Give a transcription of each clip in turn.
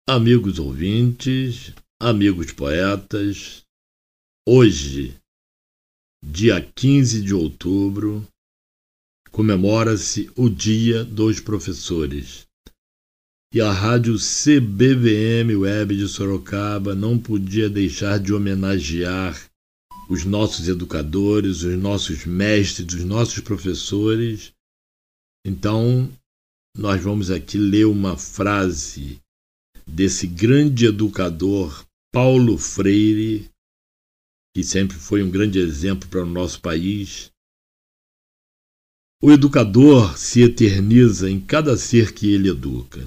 Amigos ouvintes, amigos poetas, hoje, dia 15 de outubro, comemora-se o Dia dos Professores. E a rádio CBVM Web de Sorocaba não podia deixar de homenagear os nossos educadores, os nossos mestres, os nossos professores. Então, nós vamos aqui ler uma frase desse grande educador Paulo Freire, que sempre foi um grande exemplo para o nosso país. O educador se eterniza em cada ser que ele educa.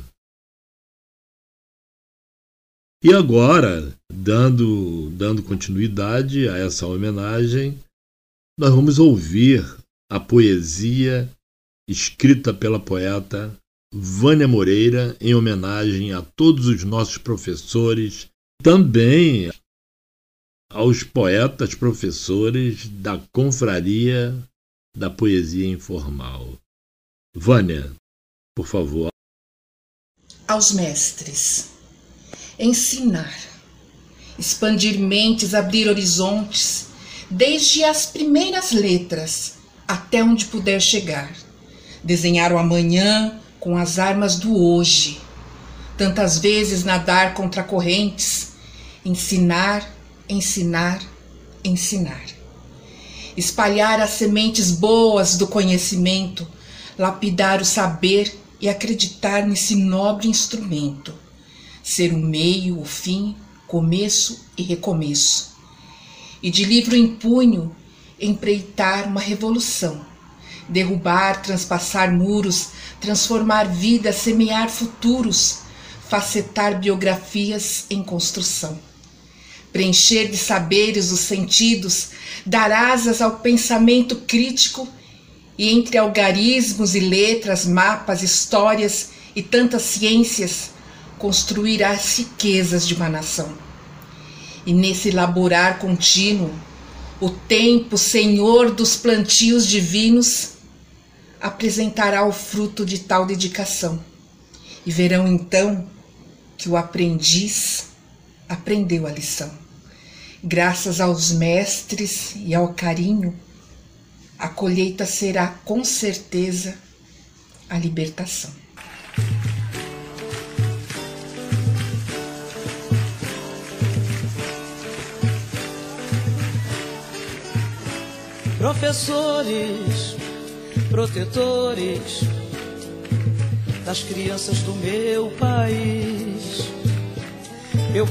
E agora, dando continuidade a essa homenagem, nós vamos ouvir a poesia escrita pela poeta Vânia Moreira, em homenagem a todos os nossos professores, também aos poetas professores da Confraria da Poesia Informal. Vânia, por favor. Aos mestres. Ensinar, expandir mentes, abrir horizontes, desde as primeiras letras até onde puder chegar. Desenhar o amanhã com as armas do hoje. Tantas vezes nadar contra correntes. Ensinar, ensinar, ensinar. Espalhar as sementes boas do conhecimento, lapidar o saber e acreditar nesse nobre instrumento. Ser o meio, o fim, começo e recomeço. E de livro em punho, empreitar uma revolução. Derrubar, transpassar muros, transformar vidas, semear futuros, facetar biografias em construção. Preencher de saberes os sentidos, dar asas ao pensamento crítico e entre algarismos e letras, mapas, histórias e tantas ciências, construir as riquezas de uma nação. E nesse laborar contínuo, o tempo, senhor dos plantios divinos, apresentará o fruto de tal dedicação. E verão então que o aprendiz aprendeu a lição. Graças aos mestres e ao carinho, a colheita será com certeza a libertação. Professores, protetores das crianças do meu país, eu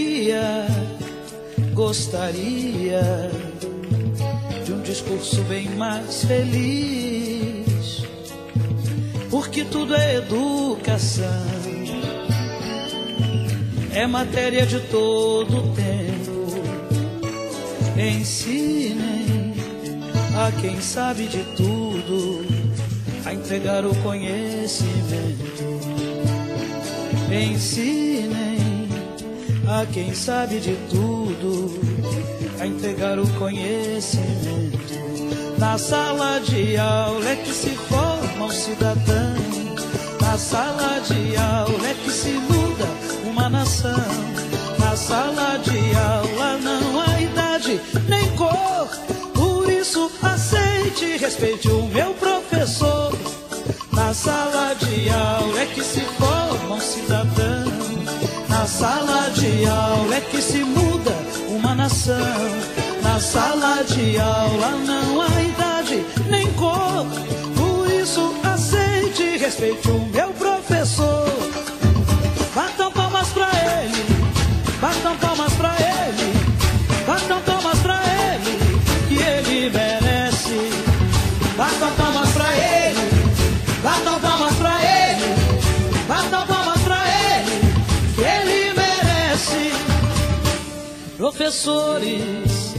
gostaria de um discurso bem mais feliz, porque tudo é educação, é matéria de todo tempo. Ensinem a quem sabe de tudo a entregar o conhecimento. Ensinem a quem sabe de tudo a entregar o conhecimento. Na sala de aula é que se forma um cidadão. Na sala de aula é que se muda uma nação. Na sala de aula não há idade nem cor. Por isso aceite e respeite o meu professor. Na sala de aula é que se forma um cidadão. Na sala de aula é que se muda uma nação. Na sala de aula não há idade nem cor. Por isso aceite e respeite o meu professor. Batam palmas pra ele, batam palmas pra ele, batam palmas pra ele, que ele merece. Batam palmas pra ele, batam palmas pra ele, batam palmas pra ele, que ele merece. Professores,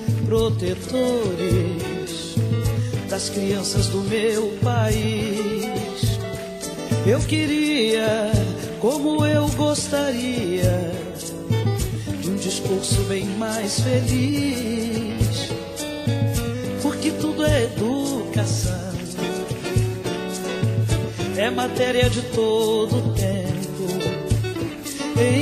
protetores das crianças do meu país, eu queria, como eu gostaria, de um discurso bem mais feliz, porque tudo é educação, é matéria de todo tempo.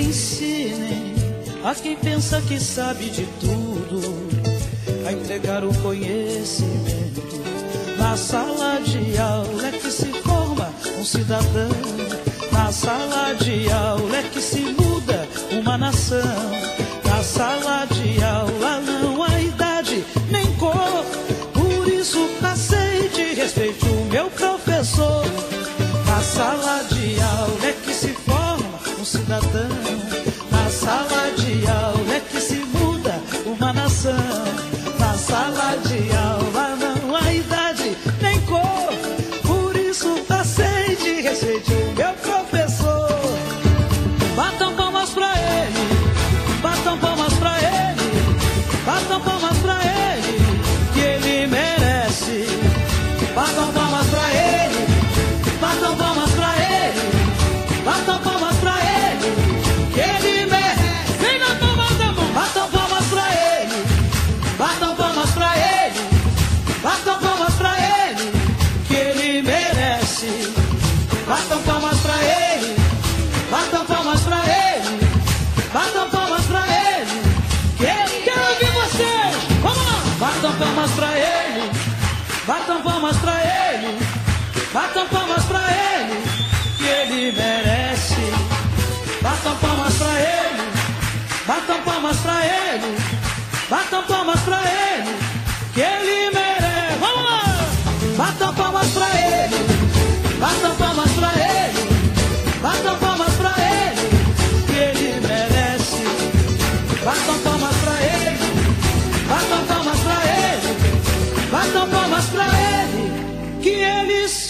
ensinem a quem pensa que sabe de tudo a entregar o conhecimento. Na sala de aula é que se forma um cidadão. Na sala de aula é que se muda uma nação. Na sala de aula não há idade nem cor. Por isso passei de respeito o meu professor. Na sala de aula é que se forma um cidadão. Na sala de aula é que se muda uma nação. Na sala de aula não há idade nem cor. Por isso passei de respeito o meu professor. Batam palmas pra ele, batam palmas pra ele, batam palmas pra ele, que ele merece. Batam palmas pra ele, batam palmas pra ele, batam palmas pra ele, que ele merece. Vem na palma da mão. Batam palmas pra ele, batam palmas pra ele, batam palmas pra ele, que ele merece. Batam palmas pra ele, batam palmas pra ele, batam palmas pra ele, que ele quer ouvir vocês. Vamos lá! Batam palmas pra ele, batam palmas pra ele, batam palmas pra ele, que ele merece. Batam palmas pra ele, batam palmas pra ele, batam palmas pra ele, que ele merece. Vamos lá! Batam palmas pra ele, batam palmas pra ele, batam palmas pra ele, que ele merece. Batam palmas pra ele, batam palmas pra ele, batam palmas pra ele, que eles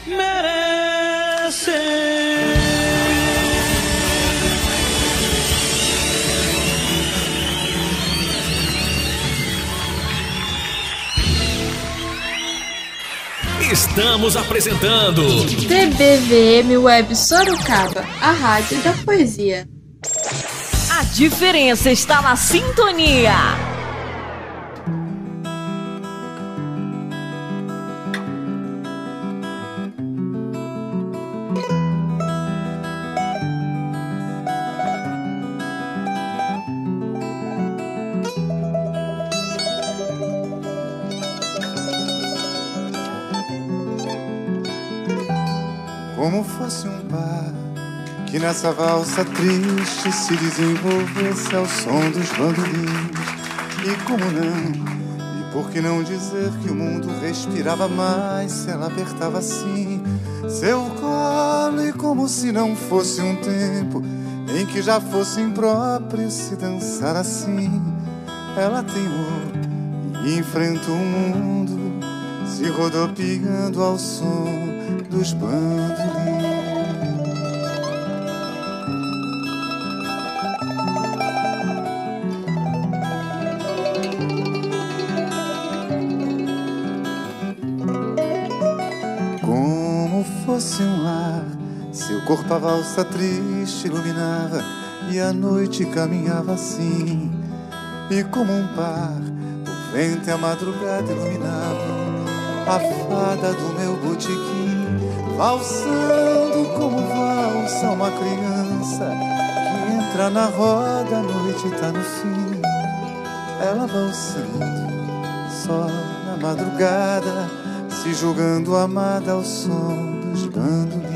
merecem. Estamos apresentando TBVM Web Sorocaba, a rádio da poesia. A diferença está na sintonia. Como fosse um par que nessa valsa triste se desenvolvesse ao som dos bandolins. E como não, e por que não dizer que o mundo respirava mais se ela apertava assim seu colo, e como se não fosse um tempo em que já fosse impróprio se dançar assim. Ela teimou e enfrentou o mundo, se rodopiando ao som dos bandolins. Como fosse um lar, seu corpo a valsa triste iluminava, e a noite caminhava assim. E como um par, o vento e a madrugada iluminavam a fada do meu botequim, valsando como valsa uma criança que entra na roda, a noite tá no fim. Ela valsando só na madrugada, se julgando amada ao som dos bandolins.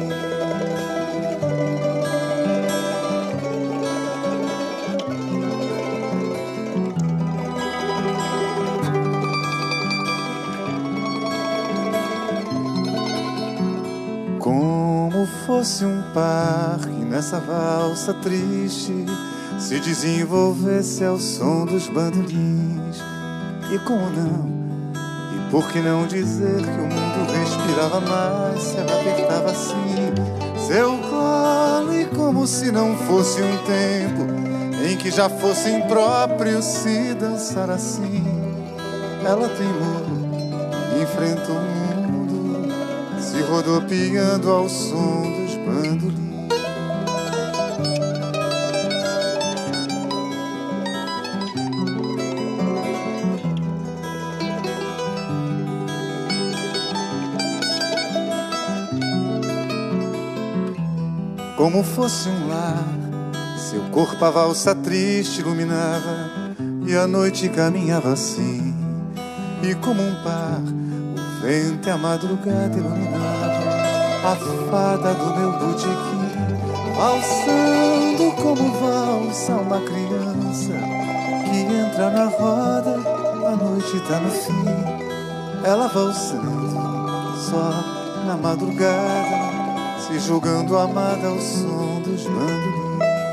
Como fosse um par que nessa valsa triste se desenvolvesse ao som dos bandolins. E como não, e por que não dizer que o mundo respirava mais se ela apertava assim seu colo, e como se não fosse um tempo em que já fosse impróprio se dançar assim. Ela teimou e enfrentou o mundo, se rodopiando ao som dos bandolins. Como fosse um lar, Seu corpo a valsa triste iluminava e a noite caminhava assim. E como um par, o vento e a madrugada iluminava a fada do meu botequim, valsando como valsa uma criança que entra na roda, a noite tá no fim. Ela valsando só na madrugada, se julgando amada ao som dos bandolins.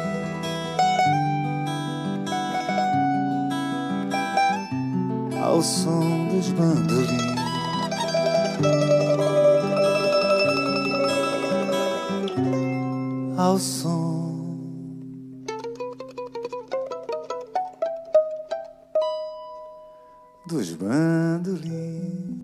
Ao som dos bandolins. Ao som dos bandolins.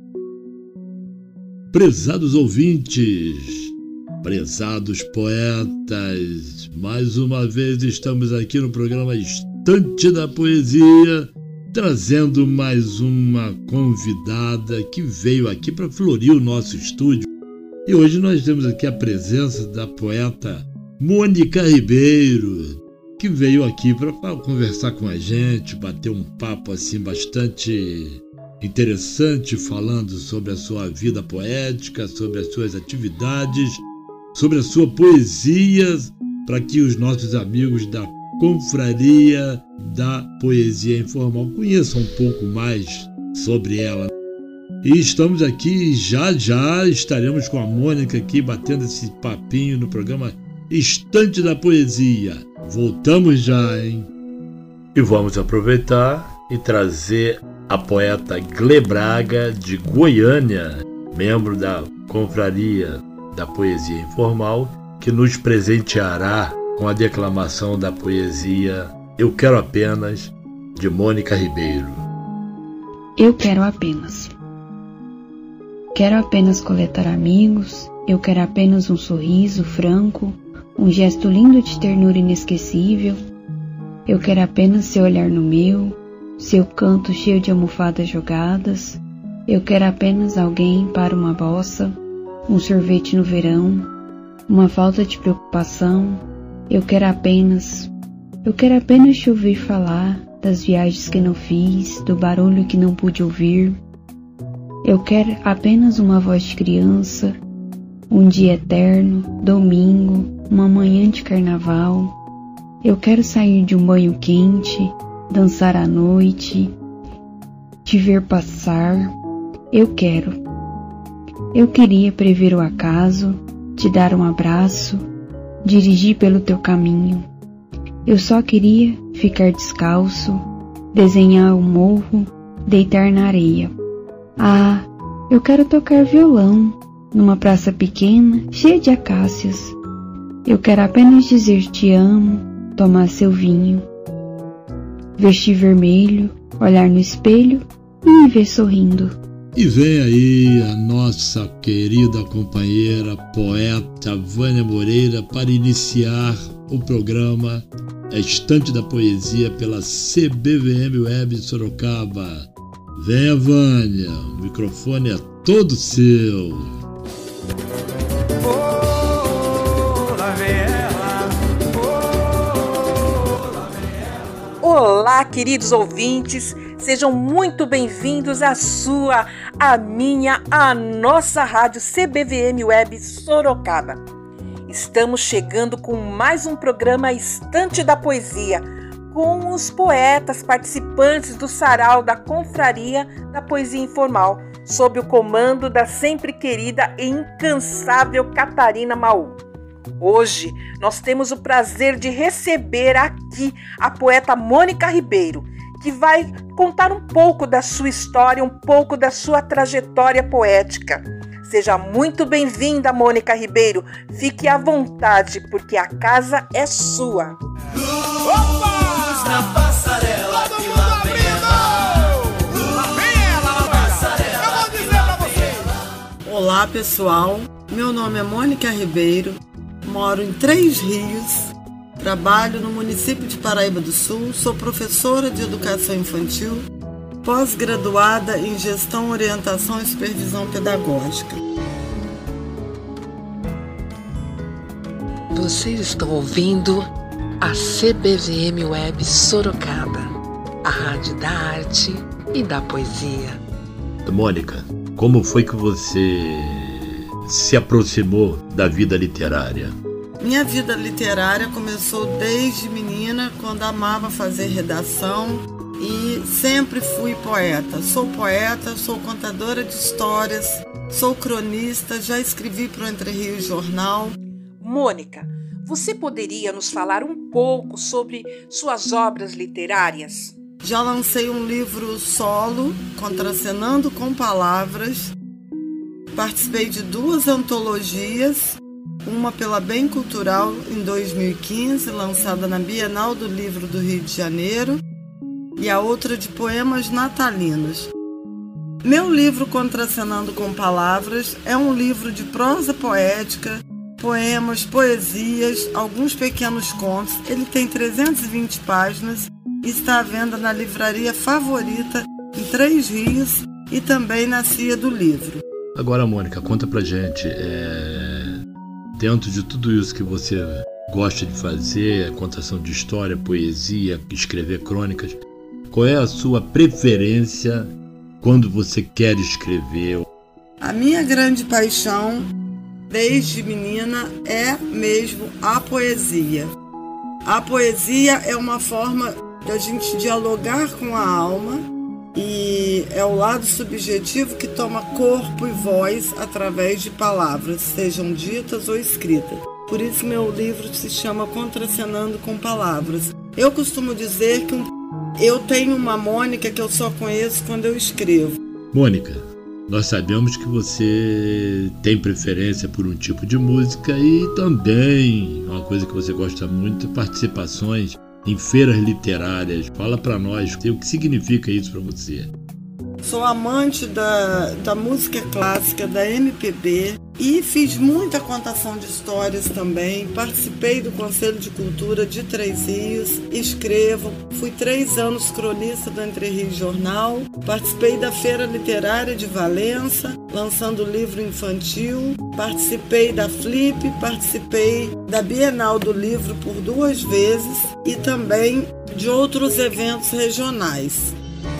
Prezados ouvintes, prezados poetas, mais uma vez estamos aqui no programa Estante da Poesia, trazendo mais uma convidada que veio aqui para florir o nosso estúdio. E hoje nós temos aqui a presença da poeta Mônica Ribeiro, que veio aqui para conversar com a gente, bater um papo assim bastante interessante, falando sobre a sua vida poética, sobre as suas atividades, sobre a sua poesia, para que os nossos amigos da Confraria da Poesia Informal conheçam um pouco mais sobre ela. E estamos aqui, já estaremos com a Mônica aqui batendo esse papinho no programa Estante da Poesia. Voltamos já, hein? E vamos aproveitar e trazer a poeta Gle Braga, de Goiânia, membro da Confraria da Poesia Informal, que nos presenteará com a declamação da poesia Eu Quero Apenas, de Mônica Ribeiro. Eu quero apenas. Quero apenas coletar amigos, eu quero apenas um sorriso franco, um gesto lindo de ternura inesquecível. Eu quero apenas seu olhar no meu, seu canto cheio de almofadas jogadas. Eu quero apenas alguém para uma bossa, um sorvete no verão, uma falta de preocupação. Eu quero apenas te ouvir falar das viagens que não fiz, do barulho que não pude ouvir. Eu quero apenas uma voz de criança, um dia eterno, domingo, uma manhã de carnaval. Eu quero sair de um banho quente, dançar à noite, te ver passar. Eu queria prever o acaso, te dar um abraço, dirigir pelo teu caminho. Eu só queria ficar descalço, desenhar o morro, deitar na areia. Ah, eu quero tocar violão numa praça pequena, cheia de acácias. Eu quero apenas dizer te amo, tomar seu vinho, vestir vermelho, olhar no espelho e me ver sorrindo. E vem aí a nossa querida companheira poeta Vânia Moreira para iniciar o programa Estante da Poesia pela CBVM Web Sorocaba. Venha, Vânia, o microfone é todo seu. Olá, queridos ouvintes, sejam muito bem-vindos à sua, à minha, à nossa rádio CBVM Web Sorocaba. Estamos chegando com mais um programa Estante da Poesia, com os poetas participantes do sarau da Confraria da Poesia Informal, sob o comando da sempre querida e incansável Catarina Maú. Hoje nós temos o prazer de receber aqui a poeta Mônica Ribeiro, que vai contar um pouco da sua história, um pouco da sua trajetória poética. Seja muito bem-vinda, Mônica Ribeiro. Fique à vontade, porque a casa é sua. Luz na passarela, que lá vem ela. Lá vem ela, na passarela. Eu vou dizer pra vocês. Olá, pessoal. Meu nome é Mônica Ribeiro. Moro em Três Rios. Trabalho no município de Paraíba do Sul. Sou professora de educação infantil, pós-graduada em Gestão, Orientação e Supervisão Pedagógica. Vocês estão ouvindo a CBVM Web Sorocaba, a rádio da arte e da poesia. Mônica, como foi que você se aproximou da vida literária? Minha vida literária começou desde menina, quando amava fazer redação e sempre fui poeta. Sou poeta, sou contadora de histórias, sou cronista, já escrevi para o Entre Rios Jornal. Mônica, você poderia nos falar um pouco sobre suas obras literárias? Já lancei um livro solo, Contracenando com Palavras. Participei de 2 antologias, uma pela Bem Cultural em 2015, lançada na Bienal do Livro do Rio de Janeiro, e a outra de poemas natalinos. Meu livro Contracenando com Palavras é um livro de prosa poética, poemas, poesias, alguns pequenos contos. Ele tem 320 páginas e está à venda na livraria favorita em Três Rios e também na Cia do Livro. Agora, Mônica, conta pra gente, dentro de tudo isso que você gosta de fazer, contação de história, poesia, escrever crônicas, qual é a sua preferência quando você quer escrever? A minha grande paixão, desde menina, é mesmo a poesia. A poesia é uma forma da gente dialogar com a alma e é o lado subjetivo que toma corpo e voz através de palavras, sejam ditas ou escritas. Por isso meu livro se chama Contracenando com Palavras. Eu costumo dizer que eu tenho uma Mônica que eu só conheço quando eu escrevo. Mônica, nós sabemos que você tem preferência por um tipo de música e também uma coisa que você gosta muito, participações em feiras literárias. Fala para nós o que significa isso para você. Sou amante da música clássica, da MPB e fiz muita contação de histórias também. Participei do Conselho de Cultura de Três Rios, escrevo, fui 3 anos cronista do Entre Rios Jornal, participei da Feira Literária de Valença, lançando livro infantil, participei da Flip, participei da Bienal do Livro por 2 vezes e também de outros eventos regionais.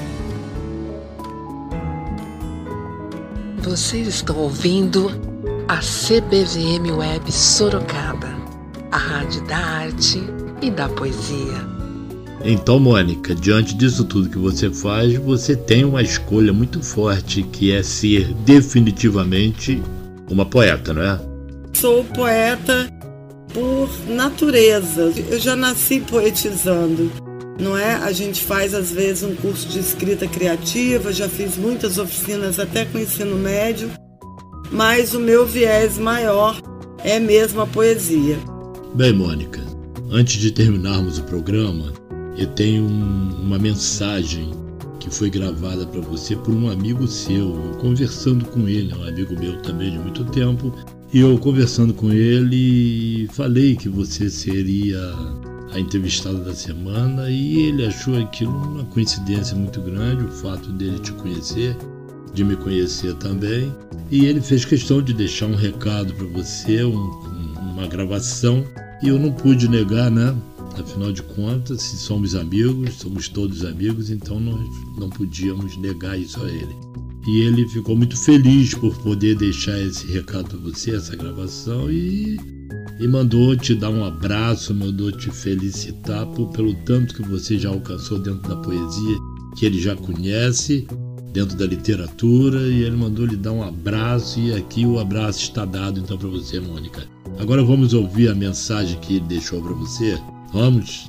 Vocês estão ouvindo a CBVM Web Sorocaba, a rádio da arte e da poesia. Então, Mônica, diante disso tudo que você faz, você tem uma escolha muito forte, que é ser definitivamente uma poeta, não é? Sou poeta por natureza. Eu já nasci poetizando. Não é? A gente faz às vezes um curso de escrita criativa, já fiz muitas oficinas até com ensino médio, mas o meu viés maior é mesmo a poesia. Bem, Mônica, antes de terminarmos o programa, eu tenho uma mensagem que foi gravada para você por um amigo seu. Eu conversando com ele, é um amigo meu também de muito tempo, e eu conversando com ele falei que você seria a entrevistada da semana e ele achou aquilo uma coincidência muito grande, o fato dele te conhecer, de me conhecer também, e ele fez questão de deixar um recado para você, uma gravação, e eu não pude negar, né? Afinal de contas, se somos amigos, somos todos amigos, então nós não podíamos negar isso a ele. E ele ficou muito feliz por poder deixar esse recado para você, essa gravação, e mandou te dar um abraço, mandou te felicitar pelo tanto que você já alcançou dentro da poesia, que ele já conhece, dentro da literatura, e ele mandou lhe dar um abraço, e aqui o abraço está dado então para você, Mônica. Agora vamos ouvir a mensagem que ele deixou para você. Vamos?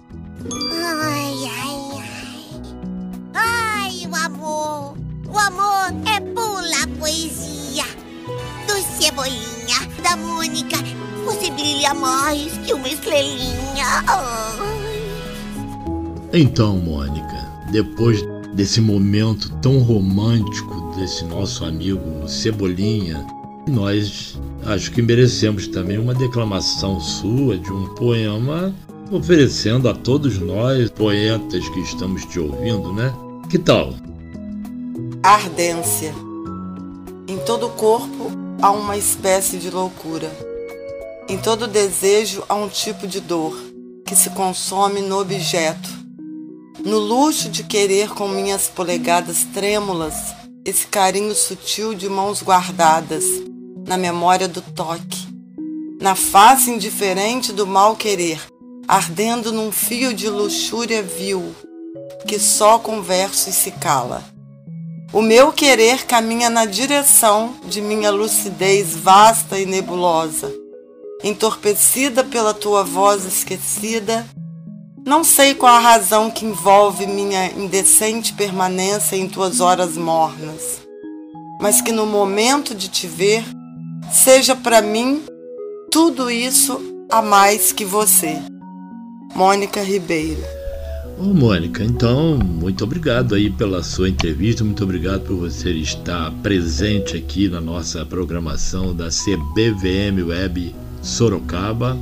Ai, o amor é pula poesia do Cebolinha, da Mônica. Você brilha mais que uma estrelinha. Ai. Então, Mônica, depois desse momento tão romântico desse nosso amigo Cebolinha, nós acho que merecemos também uma declamação sua de um poema, oferecendo a todos nós, poetas que estamos te ouvindo, né? Que tal? Ardência. Em todo o corpo há uma espécie de loucura. Em todo desejo há um tipo de dor. que se consome no objeto, no luxo de querer com minhas polegadas trêmulas esse carinho sutil de mãos guardadas, na memória do toque, na face indiferente do mal querer, ardendo num fio de luxúria vil, que só com versos se cala. O meu querer caminha na direção de minha lucidez vasta e nebulosa, entorpecida pela tua voz esquecida. Não sei qual a razão que envolve minha indecente permanência em tuas horas mornas, mas que no momento de te ver, seja para mim tudo isso a mais que você. Mônica Ribeiro. Mônica, então, muito obrigado aí pela sua entrevista, muito obrigado por você estar presente aqui na nossa programação da CBVM Web Sorocaba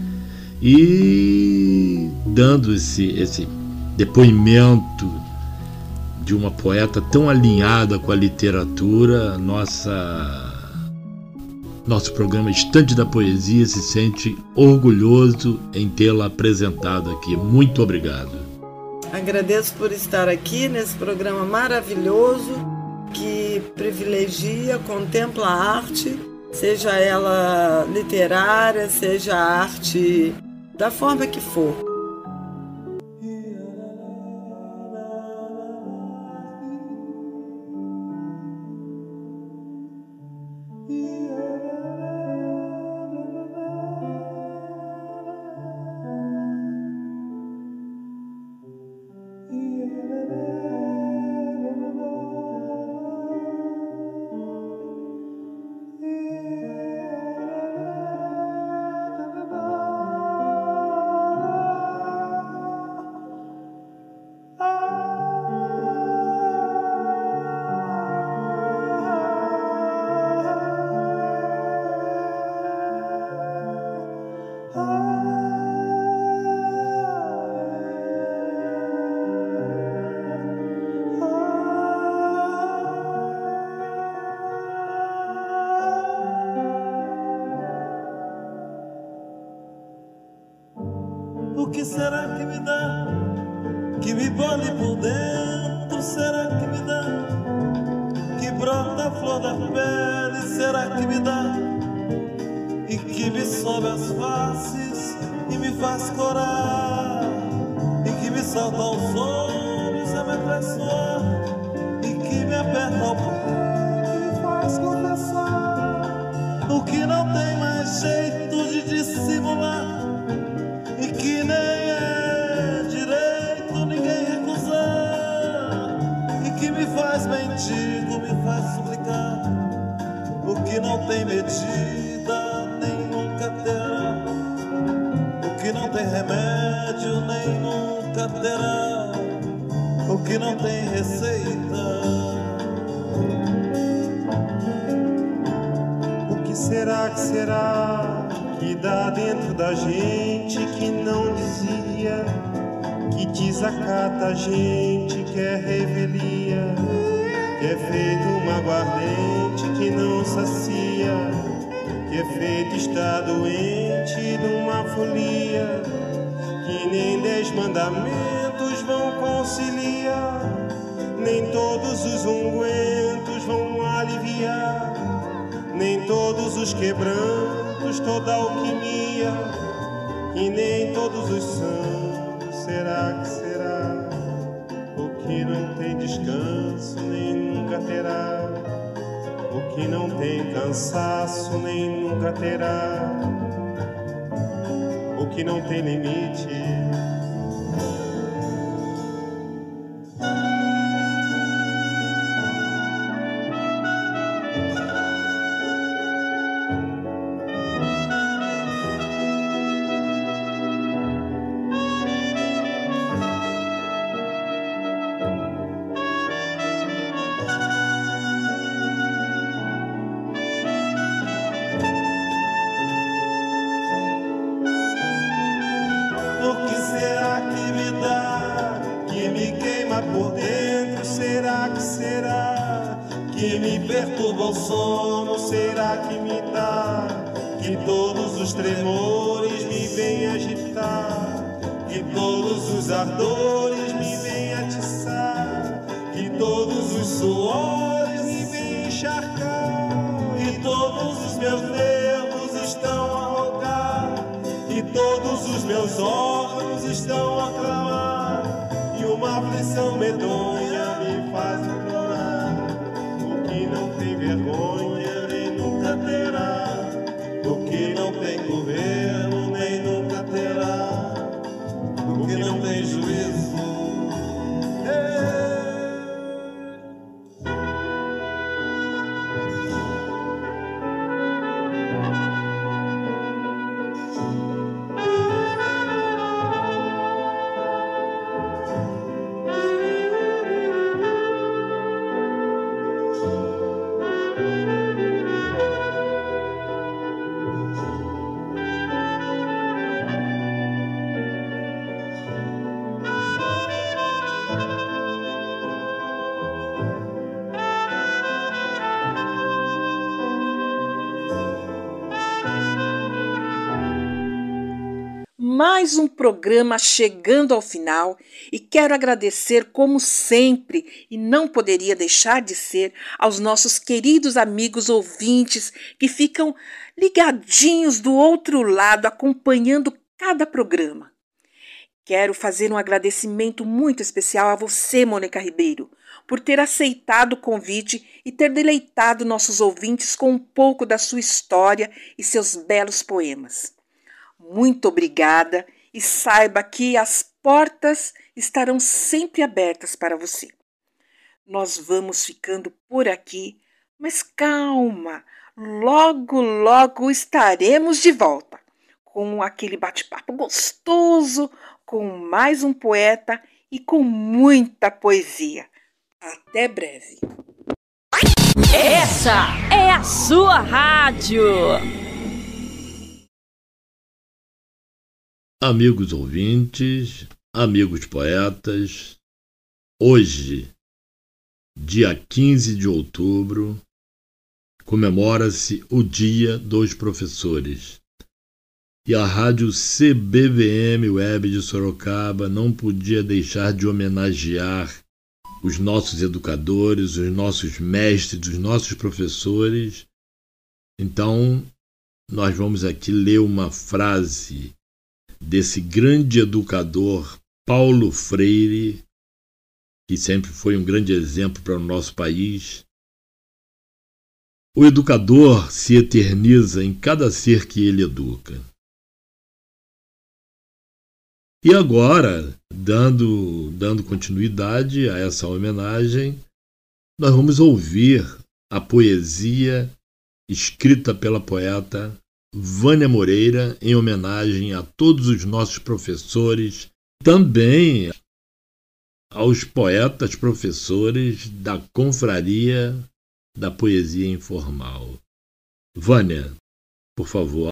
e dando esse depoimento de uma poeta tão alinhada com a literatura. Nosso programa Estante da Poesia se sente orgulhoso em tê-la apresentado aqui. Muito obrigado. Agradeço por estar aqui nesse programa maravilhoso que privilegia, contempla a arte, seja ela literária, seja a arte da forma que for. O que será que me dá, que me bole por dentro? Será que me dá, que brota a flor da pele? Será que me dá, e que me sobe as faces e me faz corar, e que me salta aos olhos a me traiçoar, e que me aperta ao peito e me faz confessar o que não tem mais jeito de dissimular, e que nem é direito ninguém recusar, e que me faz mendigo, me faz suplicar o que não tem medida nem nunca terá, o que não tem remédio nem nunca terá, o que não tem receita. O que será que dá dentro da gente que não dizia, que desacata a gente, que é revelia, que é feito uma aguardente que não sacia, que é feito estar doente numa folia, que nem 10 mandamentos vão conciliar, nem todos os ungüentos vão aliviar, nem todos os quebrantos, toda alquimia, e nem todos os santos. Será que será o que não tem descanso nem nunca terá, o que não tem cansaço nem nunca terá, o que não tem limite. Por dentro, será que me perturba o sono? Será que me dá, que todos os tremores me vêm agitar, que todos os ardores me vêm atiçar, que todos os suores me vêm encharcar, que todos os meus nervos estão a rogar, e todos os meus órgãos estão a clamar, e uma aflição medonha me faz implorar, o que não tem vergonha nem nunca terá, o que não tem governo nem nunca terá, o que não tem juízo. Mais um programa chegando ao final e quero agradecer, como sempre, e não poderia deixar de ser, aos nossos queridos amigos ouvintes que ficam ligadinhos do outro lado, acompanhando cada programa. Quero fazer um agradecimento muito especial a você, Mônica Ribeiro, por ter aceitado o convite e ter deleitado nossos ouvintes com um pouco da sua história e seus belos poemas. Muito obrigada e saiba que as portas estarão sempre abertas para você. Nós vamos ficando por aqui, mas calma, logo, logo estaremos de volta com aquele bate-papo gostoso, com mais um poeta e com muita poesia. Até breve. Essa é a sua rádio. Amigos ouvintes, amigos poetas, hoje, dia 15 de outubro, comemora-se o Dia dos Professores. E a rádio CBVM Web de Sorocaba não podia deixar de homenagear os nossos educadores, os nossos mestres, os nossos professores. Então, nós vamos aqui ler uma frase desse grande educador Paulo Freire, que sempre foi um grande exemplo para o nosso país. O educador se eterniza em cada ser que ele educa. E agora, dando continuidade a essa homenagem, nós vamos ouvir a poesia escrita pela poeta Vânia Moreira, em homenagem a todos os nossos professores, também aos poetas professores da Confraria da Poesia Informal. Vânia, por favor.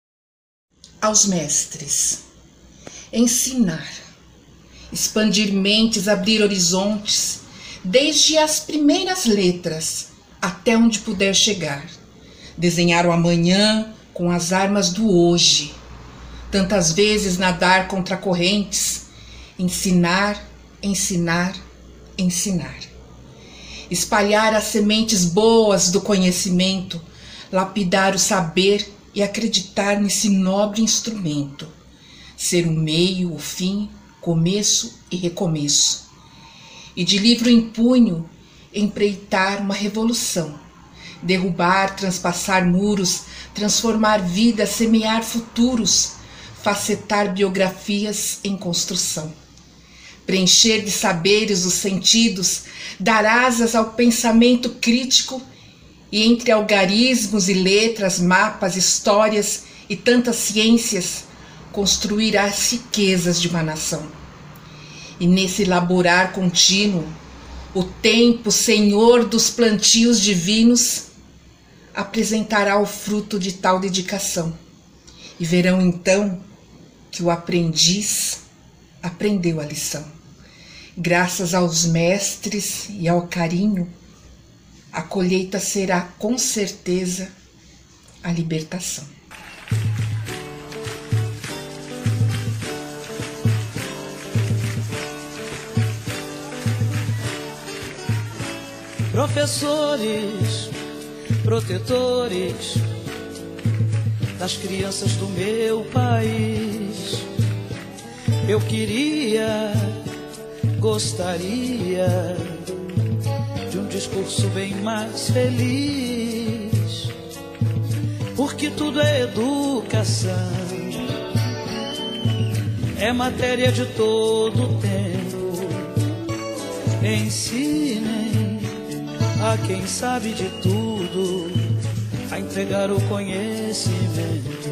Aos mestres. Ensinar. Expandir mentes, abrir horizontes, desde as primeiras letras até onde puder chegar. Desenhar o amanhã com as armas do hoje, tantas vezes nadar contra correntes, ensinar, ensinar, ensinar. Espalhar as sementes boas do conhecimento, lapidar o saber e acreditar nesse nobre instrumento. Ser o meio, o fim, começo e recomeço. E de livro em punho, empreitar uma revolução. Derrubar, transpassar muros, transformar vidas, semear futuros, facetar biografias em construção. Preencher de saberes os sentidos, dar asas ao pensamento crítico e entre algarismos e letras, mapas, histórias e tantas ciências, construir as riquezas de uma nação. E nesse laborar contínuo, o tempo, senhor dos plantios divinos, apresentará o fruto de tal dedicação. E verão então que o aprendiz aprendeu a lição. Graças aos mestres e ao carinho, a colheita será com certeza a libertação. professores, protetores das crianças do meu país. Eu queria, gostaria de um discurso bem mais feliz, porque tudo é educação, é matéria de todo tempo. Ensinem a quem sabe de tudo a entregar o conhecimento.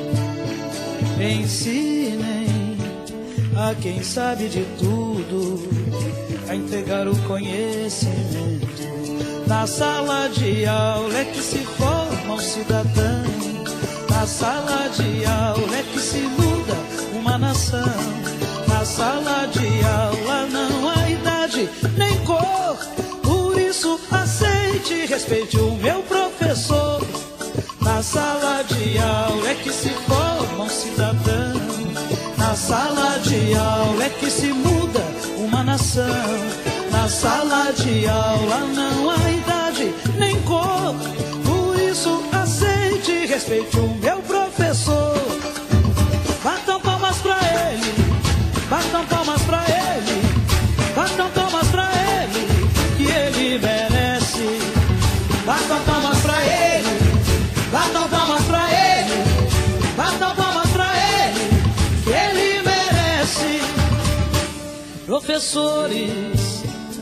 Ensinem a quem sabe de tudo a entregar o conhecimento. Na sala de aula é que se forma um cidadão. Na sala de aula é que se muda uma nação. Na sala de aula não há idade nem cor, por isso aceite e respeite o meu professor. Na sala de aula é que se forma um cidadão. Na sala de aula é que se muda uma nação. Na sala de aula não há idade nem cor, por isso aceite e respeite o meu professor. Batam palmas pra ele, batam palmas pra ele, batam palmas pra ele, que ele merece. Batam palmas pra ele, batam palmas pra ele, batam palmas pra ele, que ele merece. Professores,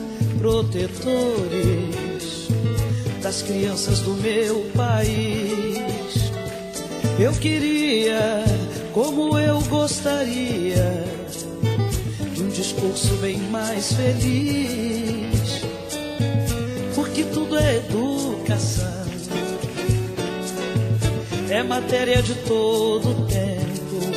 protetores das crianças do meu país, eu queria, como eu gostaria, de um discurso bem mais feliz, porque tudo é educação, é matéria de todo tempo.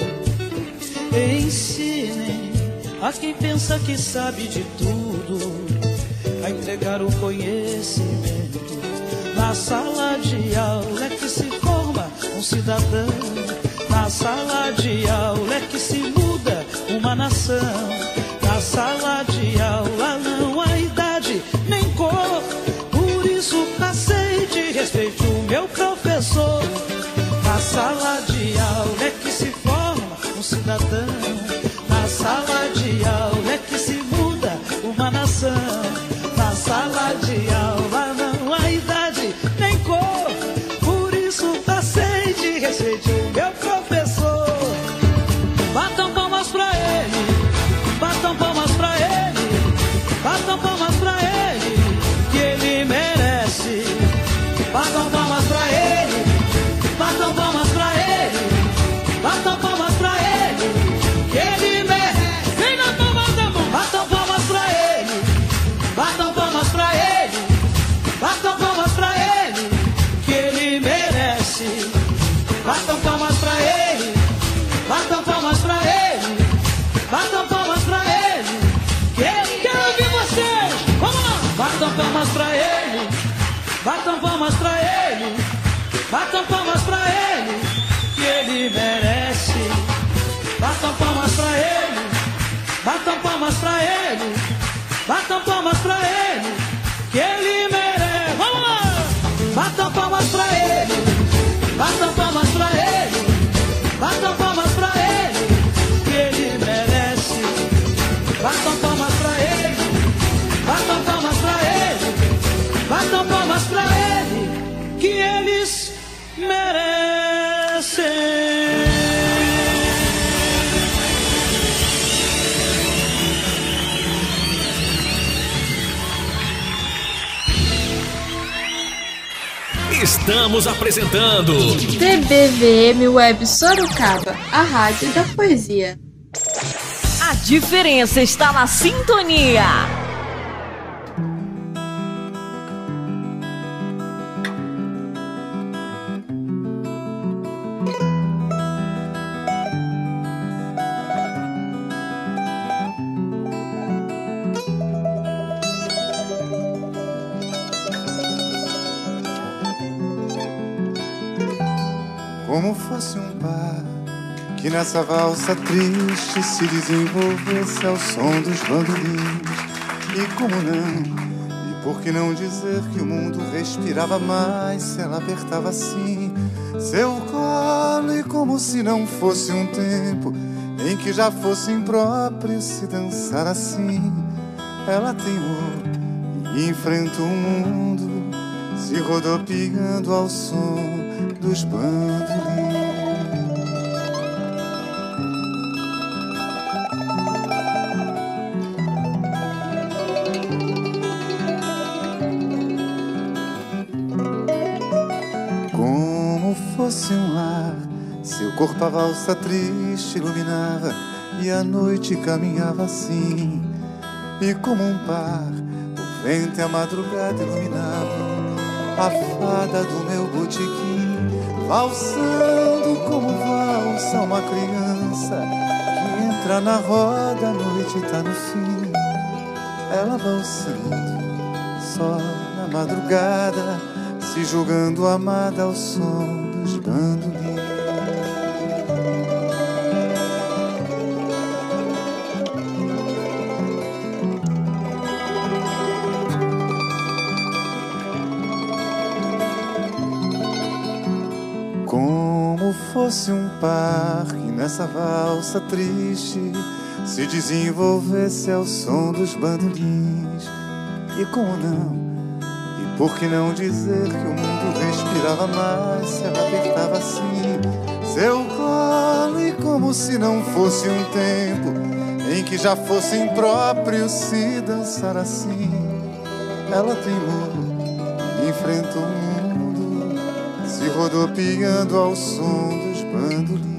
Ensinem a quem pensa que sabe de tudo a entregar o conhecimento. Na sala de aula é que se forma um cidadão. Na sala de aula é que se muda uma nação. Na sala de aula não há idade nem cor, por isso aceite e respeite o meu professor. Na sala de aula é que se forma um cidadão. Na sala de aula é que se muda uma nação. Na sala de aula não há idade nem cor, por isso aceite e respeite o meu professor. Batam palmas pra ele, batam palmas pra ele, batam palmas pra ele, que ele merece. Batam palmas pra ele, batam palmas pra ele, batam palmas pra ele, que ele merece. Vem na palma da mão. Batam palmas pra ele, batam palmas pra ele, batam palmas pra ele, que ele merece. Batam palmas pra ele, batam palmas pra ele, batam palmas pra ele, que ele quer ouvir vocês. Vamos lá. Batam palmas pra ele, batam palmas pra ele, batam palmas pra ele, que ele merece. Batam palmas pra ele, batam palmas pra ele, batam palmas pra ele, que ele merece. Vamos lá. Batam palmas pra ele, batam palmas pra ele, batam palmas pra ele, que ele merece. Batam palmas pra ele, batam palmas pra ele, batam palmas pra ele, que eles merecem. Estamos apresentando CBVM Web Sorocaba, a rádio da poesia. A diferença está na sintonia. Como fosse um par que nessa valsa triste se desenvolvesse ao som dos bandolins. E por que não dizer que o mundo respirava mais se ela apertava assim seu colo, e como se não fosse um tempo em que já fosse impróprio se dançar assim, ela teimou e enfrentou o mundo, se rodopiando ao som dos bandolins. Como fosse um lar, seu corpo a valsa triste iluminava, e a noite caminhava assim, e como um par, o vento e a madrugada iluminavam a fada do meu botequim, valsando como valsa uma criança que entra na roda, a noite tá no fim. Ela valsando só na madrugada, se julgando amada ao som dos bandolins. Como fosse um par que nessa valsa triste se desenvolvesse ao som dos bandolins. E como não, e por que não dizer que o mundo respirava mais se ela apertava assim seu colo, e como se não fosse um tempo em que já fosse impróprio se dançar assim, ela teimou e enfrentou o mundo, se rodopiando ao som dos bandolins.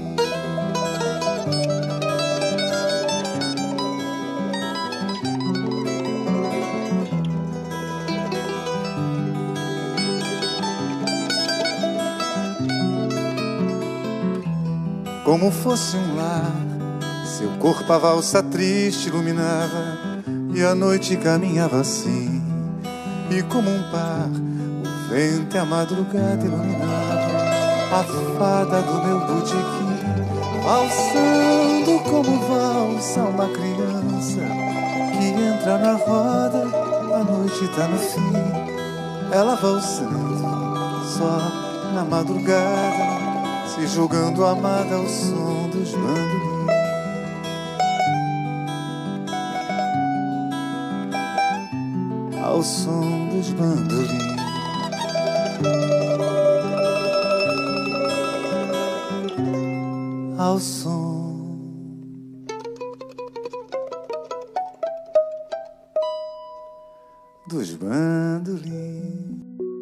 Como fosse um lar, seu corpo a valsa triste iluminava, e a noite caminhava assim, e como um par, o vento e a madrugada iluminava a fada do meu botequim, valsando como valsa uma criança que entra na roda, a noite tá no fim. Ela valsando só na madrugada, se julgando amada ao som dos bandolins. Ao som dos bandolins. Ao som dos bandolins.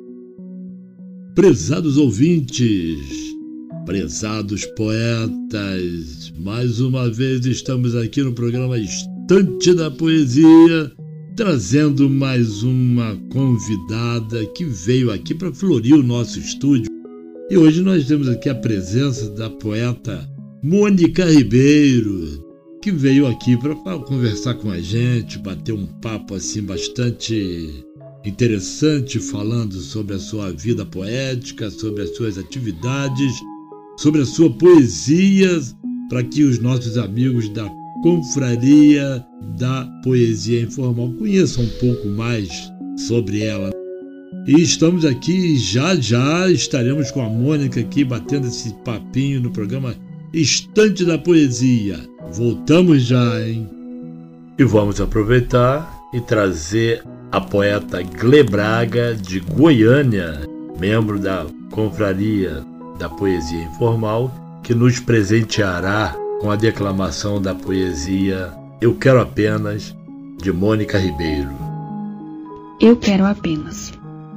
Prezados ouvintes, prezados poetas, mais uma vez estamos aqui no programa Estante da Poesia, trazendo mais uma convidada que veio aqui para florir o nosso estúdio. E hoje nós temos aqui a presença da poeta Mônica Ribeiro, que veio aqui para conversar com a gente, bater um papo assim bastante interessante, falando sobre a sua vida poética, sobre as suas atividades, sobre a sua poesia, para que os nossos amigos da Confraria da Poesia Informal conheçam um pouco mais sobre ela. E estamos aqui, já estaremos com a Mônica aqui batendo esse papinho no programa Estante da Poesia. Voltamos já, hein? E vamos aproveitar e trazer a poeta Gle Braga, de Goiânia, membro da Confraria da Poesia Informal, que nos presenteará com a declamação da poesia Eu Quero Apenas, de Mônica Ribeiro. Eu quero apenas.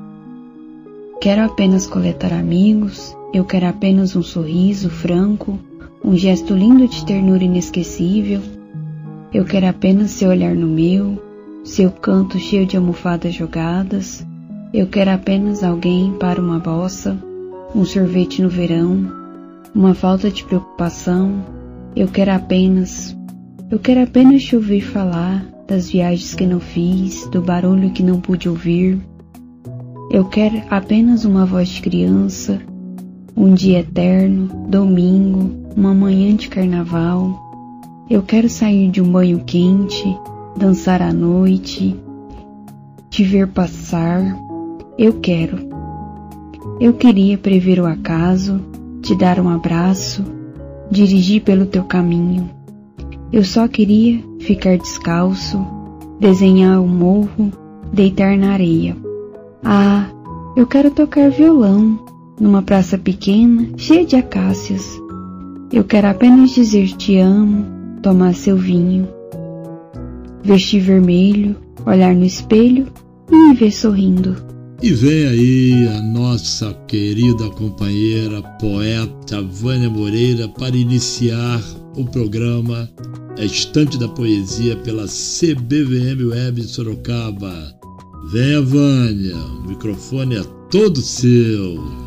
Quero apenas coletar amigos, eu quero apenas um sorriso franco, um gesto lindo de ternura inesquecível. Eu quero apenas seu olhar no meu, seu canto cheio de almofadas jogadas. Eu quero apenas alguém para uma bossa, um sorvete no verão, uma falta de preocupação. Eu quero apenas te ouvir falar das viagens que não fiz, do barulho que não pude ouvir. Eu quero apenas uma voz de criança, um dia eterno, domingo, uma manhã de carnaval. Eu quero sair de um banho quente, dançar à noite. te ver passar, eu quero. Eu queria prever o acaso, te dar um abraço, dirigir pelo teu caminho. Eu só queria ficar descalço, desenhar o morro, deitar na areia. Ah, eu quero tocar violão numa praça pequena, cheia de acácias. Eu quero apenas dizer te amo, tomar seu vinho, vestir vermelho, olhar no espelho e me ver sorrindo. E vem aí a nossa querida companheira, poeta Vânia Moreira, para iniciar o programa Estante da Poesia pela CBVM Web Sorocaba. Venha, Vânia, o microfone é todo seu.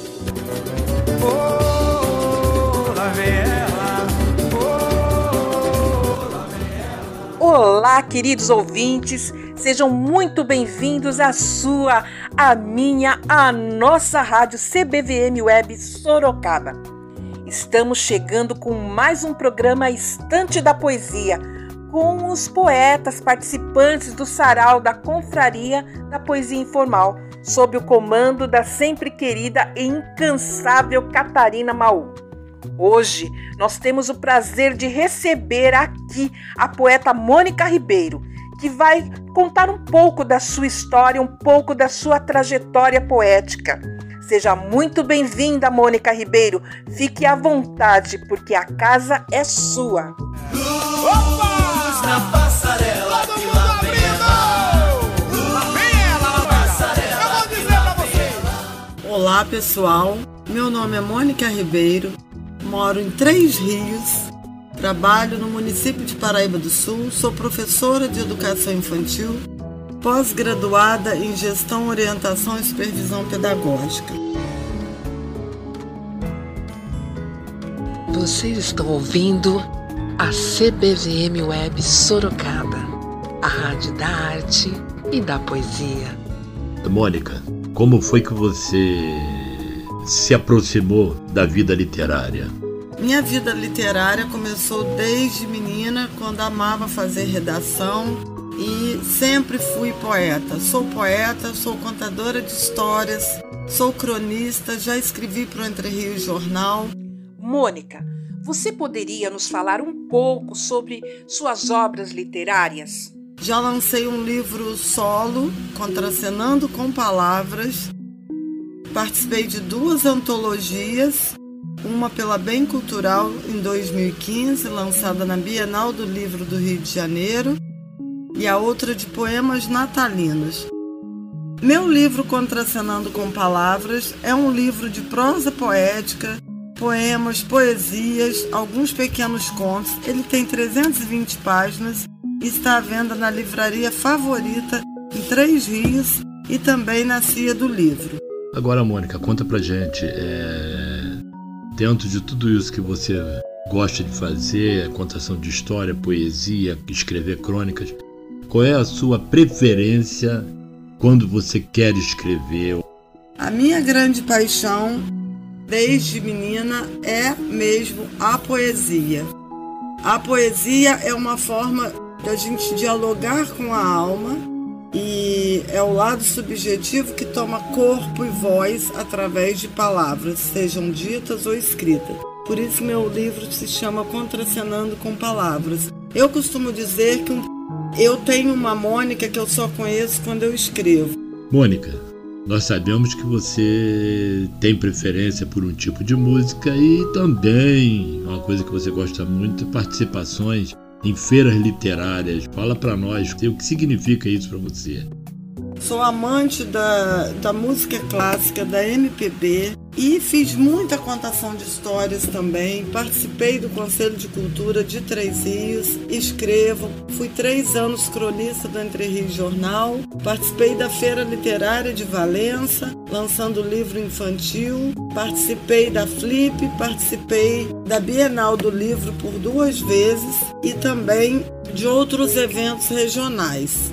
Olá, queridos ouvintes, sejam muito bem-vindos à sua, a minha, a nossa rádio CBVM Web Sorocaba. Estamos chegando com mais um programa Estante da Poesia, com os poetas participantes do Sarau da Confraria da Poesia Informal, sob o comando da sempre querida e incansável Catarina Maú. Hoje nós temos o prazer de receber aqui a poeta Mônica Ribeiro, que vai contar um pouco da sua história, um pouco da sua trajetória poética. Seja muito bem-vinda, Mônica Ribeiro. Fique à vontade, porque a casa é sua. Luz na passarela, que lá vem ela. Lá vem ela, na passarela. Eu vou dizer pra vocês. Olá, pessoal. Meu nome é Mônica Ribeiro. Moro em Três Rios, trabalho no município de Paraíba do Sul, sou professora de educação infantil, pós-graduada em gestão, orientação e supervisão pedagógica. Vocês estão ouvindo a CBVM Web Sorocaba, a rádio da arte e da poesia. Mônica, como foi que você se aproximou da vida literária? Minha vida literária começou desde menina, quando amava fazer redação e sempre fui poeta. Sou poeta, sou contadora de histórias, sou cronista, já escrevi para o Entre Rios Jornal. Mônica, você poderia nos falar um pouco sobre suas obras literárias? Já lancei um livro solo, Contracenando com Palavras. Participei de 2 antologias, uma pela Bem Cultural em 2015, lançada na Bienal do Livro do Rio de Janeiro, e a outra de poemas natalinos. Meu livro Contracenando com Palavras é um livro de prosa poética, poemas, poesias, alguns pequenos contos. Ele tem 320 páginas e está à venda na livraria favorita em Três Rios e também na Cia do Livro. Agora, Mônica, conta pra gente, dentro de tudo isso que você gosta de fazer, contação de história, poesia, escrever crônicas, qual é a sua preferência quando você quer escrever? A minha grande paixão, desde menina, é mesmo a poesia. A poesia é uma forma da gente dialogar com a alma, e é o lado subjetivo que toma corpo e voz através de palavras, sejam ditas ou escritas. Por isso meu livro se chama Contracenando com Palavras. Eu costumo dizer que eu tenho uma Mônica que eu só conheço quando eu escrevo. Mônica, nós sabemos que você tem preferência por um tipo de música e também uma coisa que você gosta muito, participações em feiras literárias. Fala para nós o que significa isso para você. Sou amante da música clássica, da MPB, e fiz muita contação de histórias também. Participei do Conselho de Cultura de Três Rios, escrevo, fui 3 anos cronista do Entre Rios Jornal, participei da Feira Literária de Valença, lançando livro infantil, participei da Flip, participei da Bienal do Livro por 2 vezes e também de outros eventos regionais.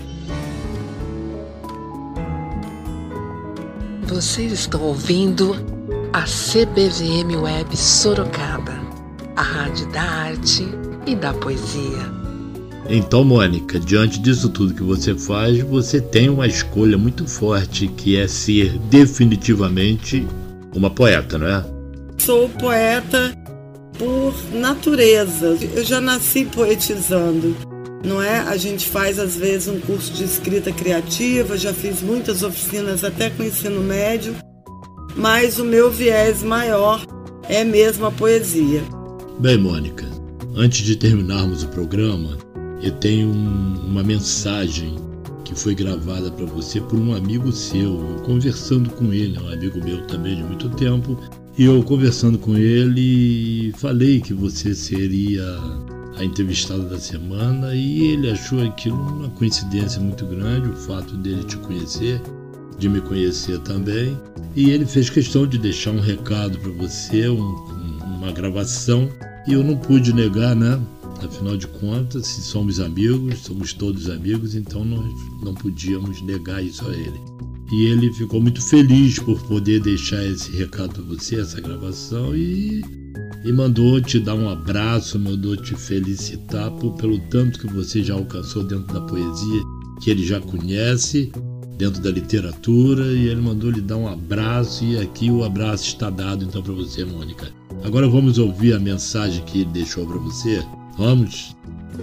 Vocês estão ouvindo a CBVM Web Sorocaba, a rádio da arte e da poesia. Então, Mônica, diante disso tudo que você faz, você tem uma escolha muito forte, que é ser definitivamente uma poeta, não é? Sou poeta por natureza. Eu já nasci poetizando, não é? A gente faz, às vezes, um curso de escrita criativa, já fiz muitas oficinas até com ensino médio, mas o meu viés maior é mesmo a poesia. Bem, Mônica, antes de terminarmos o programa, eu tenho uma mensagem que foi gravada para você por um amigo seu. Eu conversando com ele, é um amigo meu também de muito tempo, e eu conversando com ele falei que você seria a entrevistada da semana, e ele achou aquilo uma coincidência muito grande, o fato dele te conhecer, de me conhecer também, e ele fez questão de deixar um recado para você, uma gravação, e eu não pude negar, né? Afinal de contas, se somos amigos, somos todos amigos, então nós não podíamos negar isso a ele. E ele ficou muito feliz por poder deixar esse recado para você, essa gravação, e mandou te dar um abraço, mandou te felicitar pelo tanto que você já alcançou dentro da poesia, que ele já conhece, dentro da literatura, e ele mandou lhe dar um abraço, e aqui o abraço está dado então para você, Mônica. Agora vamos ouvir a mensagem que ele deixou para você. Vamos?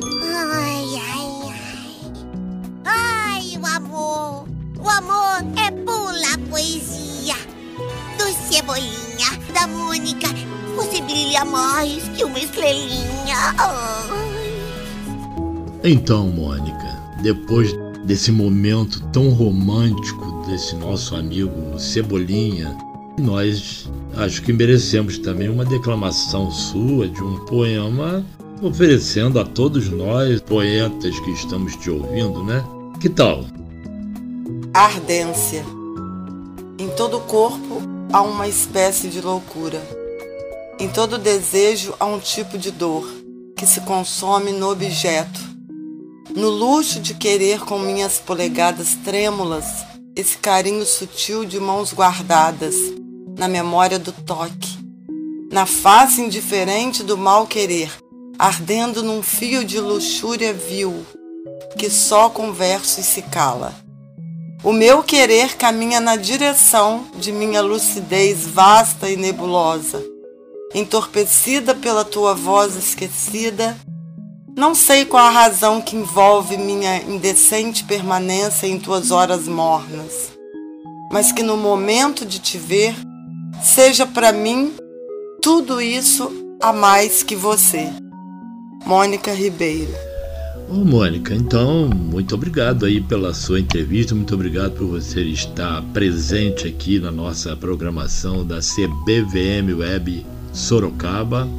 Ai, o amor. O amor é pula poesia. Do Cebolinha, da Mônica, você brilha mais que uma estrelinha. Ai. Então, Mônica, depois desse momento tão romântico desse nosso amigo Cebolinha, nós acho que merecemos também uma declamação sua de um poema, oferecendo a todos nós, poetas que estamos te ouvindo, né? Que tal? Ardência. Em todo o corpo há uma espécie de loucura. Em todo desejo há um tipo de dor que se consome no objeto. No luxo de querer com minhas polegadas trêmulas esse carinho sutil de mãos guardadas na memória do toque. Na face indiferente do mal querer, ardendo num fio de luxúria vil, que só com versos se cala. O meu querer caminha na direção de minha lucidez vasta e nebulosa, entorpecida pela tua voz esquecida. Não sei qual a razão que envolve minha indecente permanência em tuas horas mornas, mas que no momento de te ver, seja para mim tudo isso a mais que você. Mônica Ribeiro. Ô, Mônica, então, muito obrigado aí pela sua entrevista, muito obrigado por você estar presente aqui na nossa programação da CBVM Web Sorocaba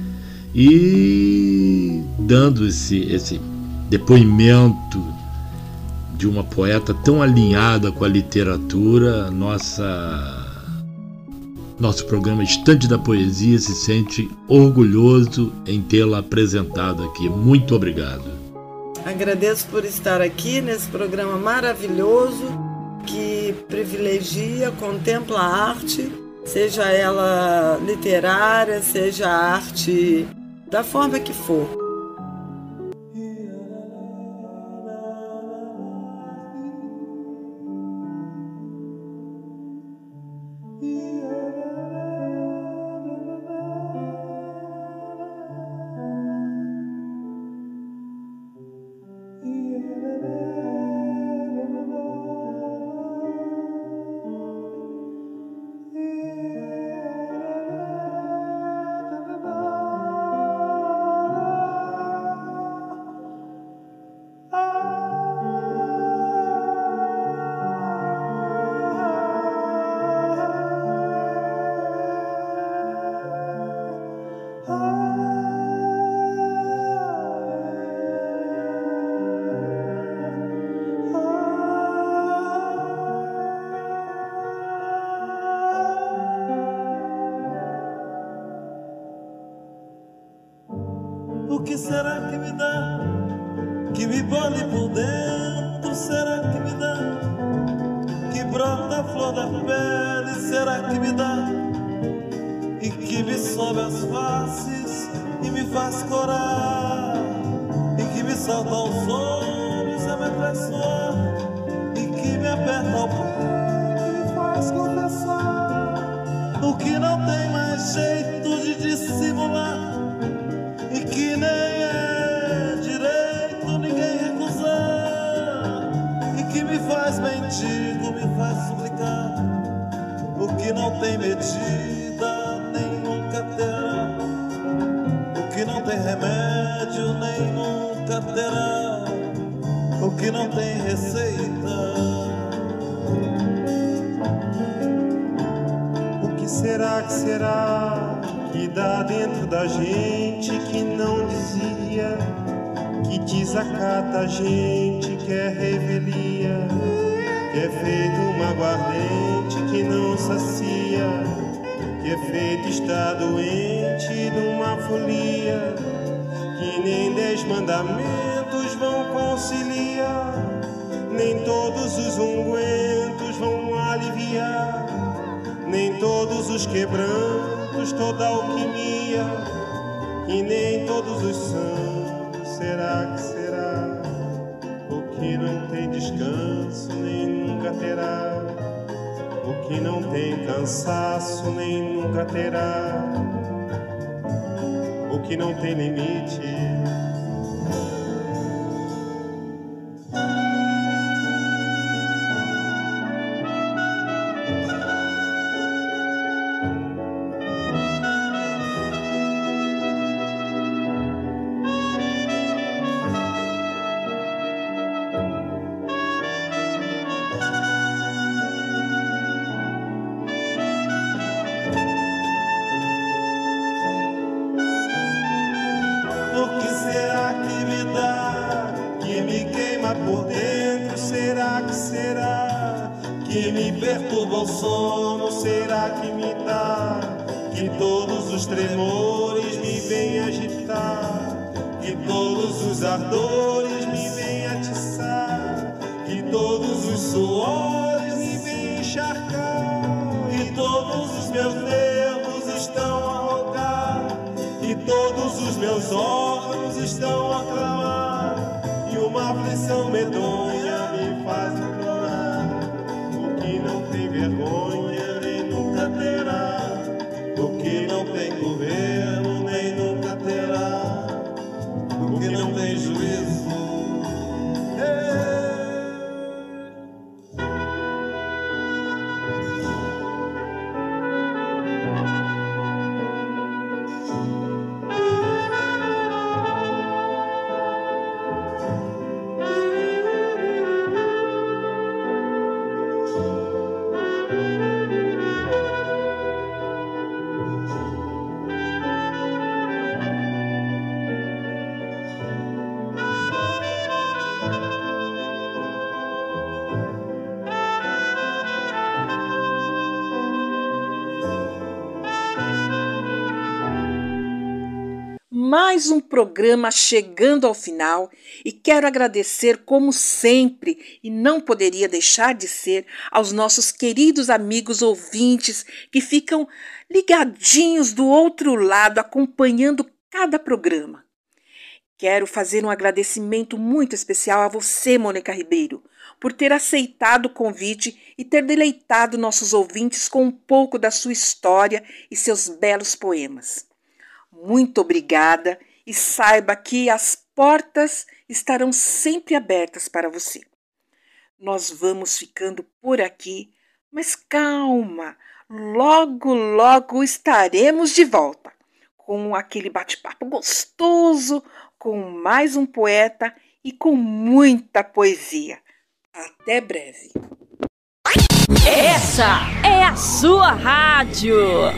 e dando esse depoimento de uma poeta tão alinhada com a literatura. Nosso programa Estante da Poesia se sente orgulhoso em tê-la apresentado aqui. Muito obrigado. Agradeço por estar aqui nesse programa maravilhoso que privilegia, contempla a arte, seja ela literária, seja a arte da forma que for. O que será que me dá, que me bole por dentro? Será que me dá, que brota a flor da pele? Será que me dá, e que me sobe as faces e me faz corar, e que me assalta aos olhos a me traiçoar e que me aperta ao peito e me faz confessar o que não tem mais jeito de dissimular e que nem é direito ninguém recusar e que me faz mendigo, me faz suplicar o que não tem medida nem nunca terá, o que não tem remédio nem nunca terá, o que não tem receita. O que será que dá dentro da gente que não dizia, que desacata a gente, que é revelia, que é feito uma aguardente que não sacia, que é feito estar doente numa folia, que nem 10 mandamentos vão conciliar, nem todos os ungüentos vão aliviar, nem todos os quebrantos, toda alquimia, e nem todos os santos. Será que será o que não tem descanso nem nunca terá, o que não tem cansaço nem nunca terá, o que não tem limite. Que me perturba o sono, será que me dá? Que todos os tremores me vêm agitar, que todos os ardores me vêm atiçar, que todos os suores me vêm encharcar, que todos os meus nervos estão a rogar, que todos os meus órgãos estão a clamar, e uma aflição medonha me faz implorar o que não tem vergonha nem nunca terá, o que não tem governo nem nunca terá, o que não tem juízo. Mais um programa chegando ao final e quero agradecer, como sempre, e não poderia deixar de ser, aos nossos queridos amigos ouvintes que ficam ligadinhos do outro lado, acompanhando cada programa. Quero fazer um agradecimento muito especial a você, Mônica Ribeiro, por ter aceitado o convite e ter deleitado nossos ouvintes com um pouco da sua história e seus belos poemas. Muito obrigada e saiba que as portas estarão sempre abertas para você. Nós vamos ficando por aqui, mas calma, logo, logo estaremos de volta com aquele bate-papo gostoso, com mais um poeta e com muita poesia. Até breve. Essa é a sua rádio.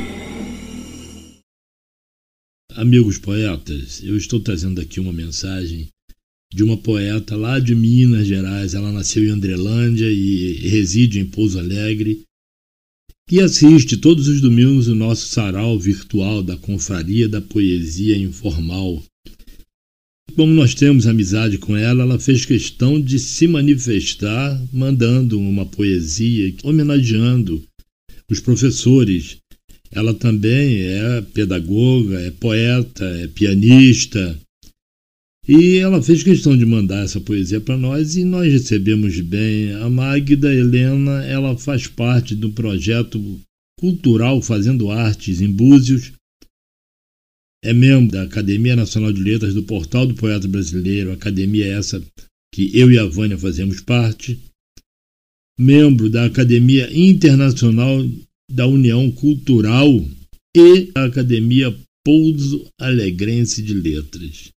Amigos poetas, eu estou trazendo aqui uma mensagem de uma poeta lá de Minas Gerais. Ela nasceu em Andrelândia e reside em Pouso Alegre, que assiste todos os domingos o nosso sarau virtual da Confraria da Poesia Informal. Como nós temos amizade com ela, ela fez questão de se manifestar mandando uma poesia homenageando os professores. Ela também é pedagoga, é poeta, é pianista E ela fez questão de mandar essa poesia para nós e nós recebemos bem. A Magda Helena, ela faz parte do projeto cultural Fazendo Artes em Búzios. É membro da Academia Nacional de Letras do Portal do Poeta Brasileiro, academia essa que eu e a Vânia fazemos parte. Membro da Academia Internacional da União Cultural e a Academia Pouso Alegrense de Letras.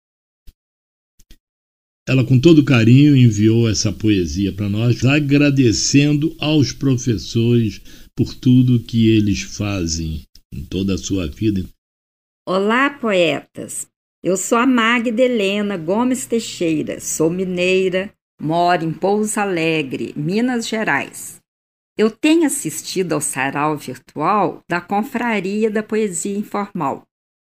Ela, com todo carinho, enviou essa poesia para nós, agradecendo aos professores por tudo que eles fazem em toda a sua vida. Olá, poetas! Eu sou a Magda Helena Gomes Teixeira, sou mineira, moro em Pouso Alegre, Minas Gerais. Eu tenho assistido ao sarau virtual da Confraria da Poesia Informal.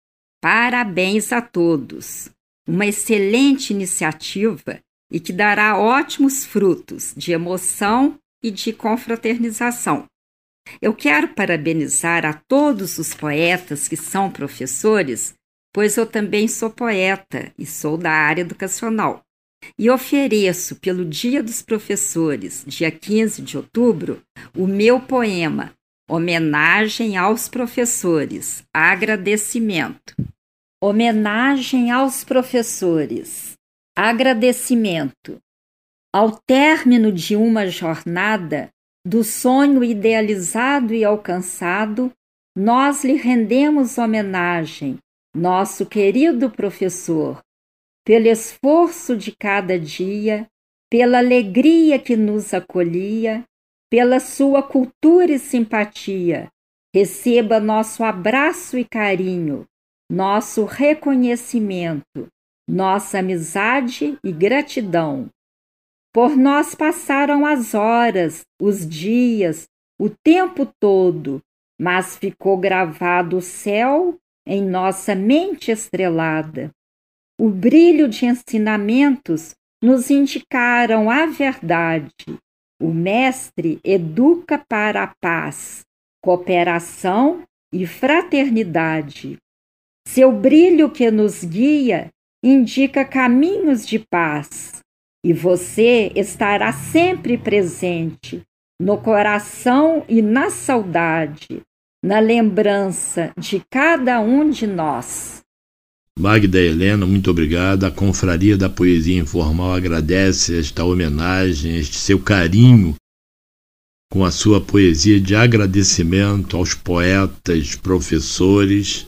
Parabéns a todos! Uma excelente iniciativa e que dará ótimos frutos de emoção e de confraternização. Eu quero parabenizar a todos os poetas que são professores, pois eu também sou poeta e sou da área educacional. E ofereço, pelo Dia dos Professores, dia 15 de outubro, o meu poema, Homenagem aos Professores, Agradecimento. Homenagem aos professores. Agradecimento. Ao término de uma jornada, do sonho idealizado e alcançado, nós lhe rendemos homenagem, nosso querido professor, pelo esforço de cada dia, pela alegria que nos acolhia, pela sua cultura e simpatia. Receba nosso abraço e carinho, nosso reconhecimento, nossa amizade e gratidão. Por nós passaram as horas, os dias, o tempo todo, mas ficou gravado o céu em nossa mente estrelada. O brilho de ensinamentos nos indicaram a verdade. O mestre educa para a paz, cooperação e fraternidade. Seu brilho que nos guia indica caminhos de paz. E você estará sempre presente, no coração e na saudade, na lembrança de cada um de nós. Magda Helena, muito obrigada. A Confraria da Poesia Informal agradece esta homenagem, este seu carinho com a sua poesia de agradecimento aos poetas, professores.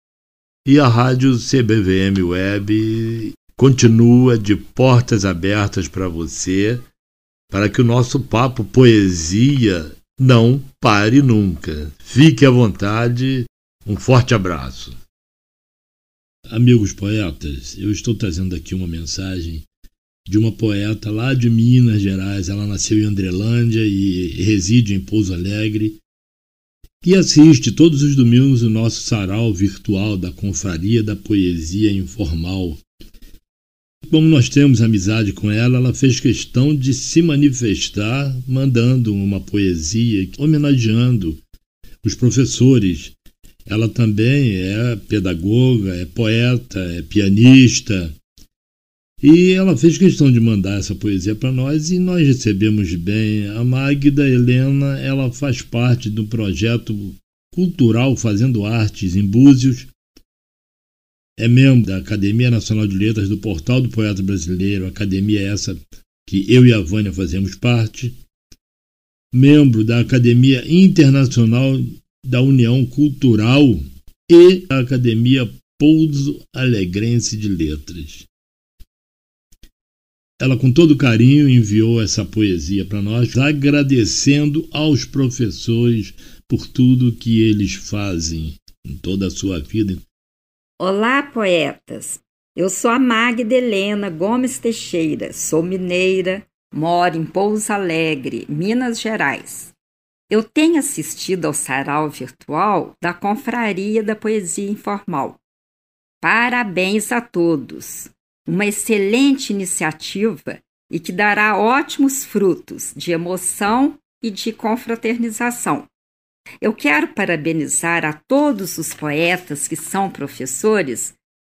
E a Rádio CBVM Web continua de portas abertas para você, para que o nosso papo poesia não pare nunca. Fique à vontade. Um forte abraço. Amigos poetas, eu estou trazendo aqui uma mensagem de uma poeta lá de Minas Gerais. Ela nasceu em Andrelândia e reside em Pouso Alegre, que assiste todos os domingos o nosso sarau virtual da Confraria da Poesia Informal. Como nós temos amizade com ela, ela fez questão de se manifestar mandando uma poesia homenageando os professores. Ela também é pedagoga, é poeta, é pianista. E ela fez questão de mandar essa poesia para nós e nós recebemos bem. A Magda Helena, ela faz parte do projeto cultural Fazendo Artes em Búzios. É membro da Academia Nacional de Letras do Portal do Poeta Brasileiro, academia essa que eu e a Vânia fazemos parte. Membro da Academia Internacional da União Cultural e a Academia Pouso Alegrense de Letras. Ela, com todo carinho, enviou essa poesia para nós, agradecendo aos professores por tudo que eles fazem em toda a sua vida. Olá, poetas! Eu sou a Magda Helena Gomes Teixeira, sou mineira, moro em Pouso Alegre, Minas Gerais. Eu tenho assistido ao sarau virtual da Confraria da Poesia Informal. Parabéns a todos! Uma excelente iniciativa e que dará ótimos frutos de emoção e de confraternização. Eu quero parabenizar a todos os poetas que são professores,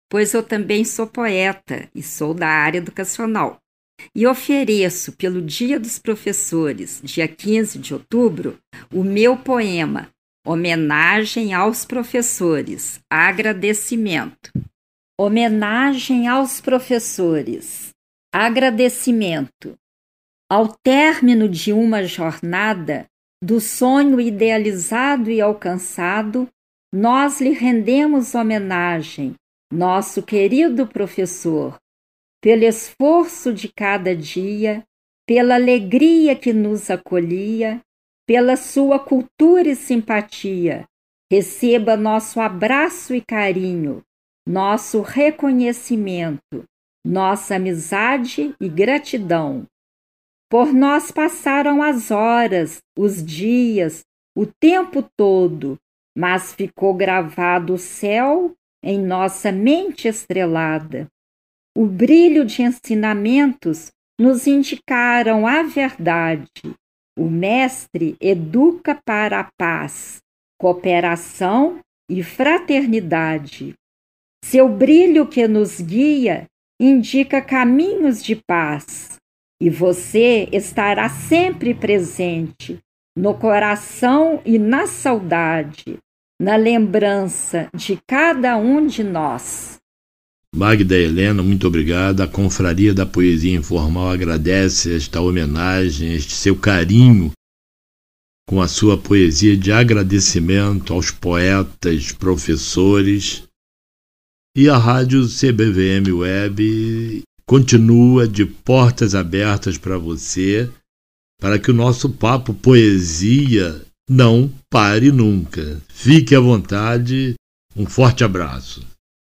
pois eu também sou poeta e sou da área educacional. E ofereço, pelo Dia dos Professores, dia 15 de outubro, o meu poema Homenagem aos Professores, Agradecimento. Homenagem aos professores, agradecimento. Ao término de uma jornada, do sonho idealizado e alcançado, nós lhe rendemos homenagem, nosso querido professor, pelo esforço de cada dia, pela alegria que nos acolhia, pela sua cultura e simpatia. Receba nosso abraço e carinho, nosso reconhecimento, nossa amizade e gratidão. Por nós passaram as horas, os dias, o tempo todo, mas ficou gravado o céu em nossa mente estrelada. O brilho de ensinamentos nos indicaram a verdade. O mestre educa para a paz, cooperação e fraternidade. Seu brilho que nos guia indica caminhos de paz. E você estará sempre presente, no coração e na saudade, na lembrança de cada um de nós. Magda Helena, muito obrigado. A Confraria da Poesia Informal agradece esta homenagem, este seu carinho com a sua poesia de agradecimento aos poetas, professores. E a Rádio CBVM Web continua de portas abertas para você, para que o nosso papo poesia não pare nunca. Fique à vontade, um forte abraço.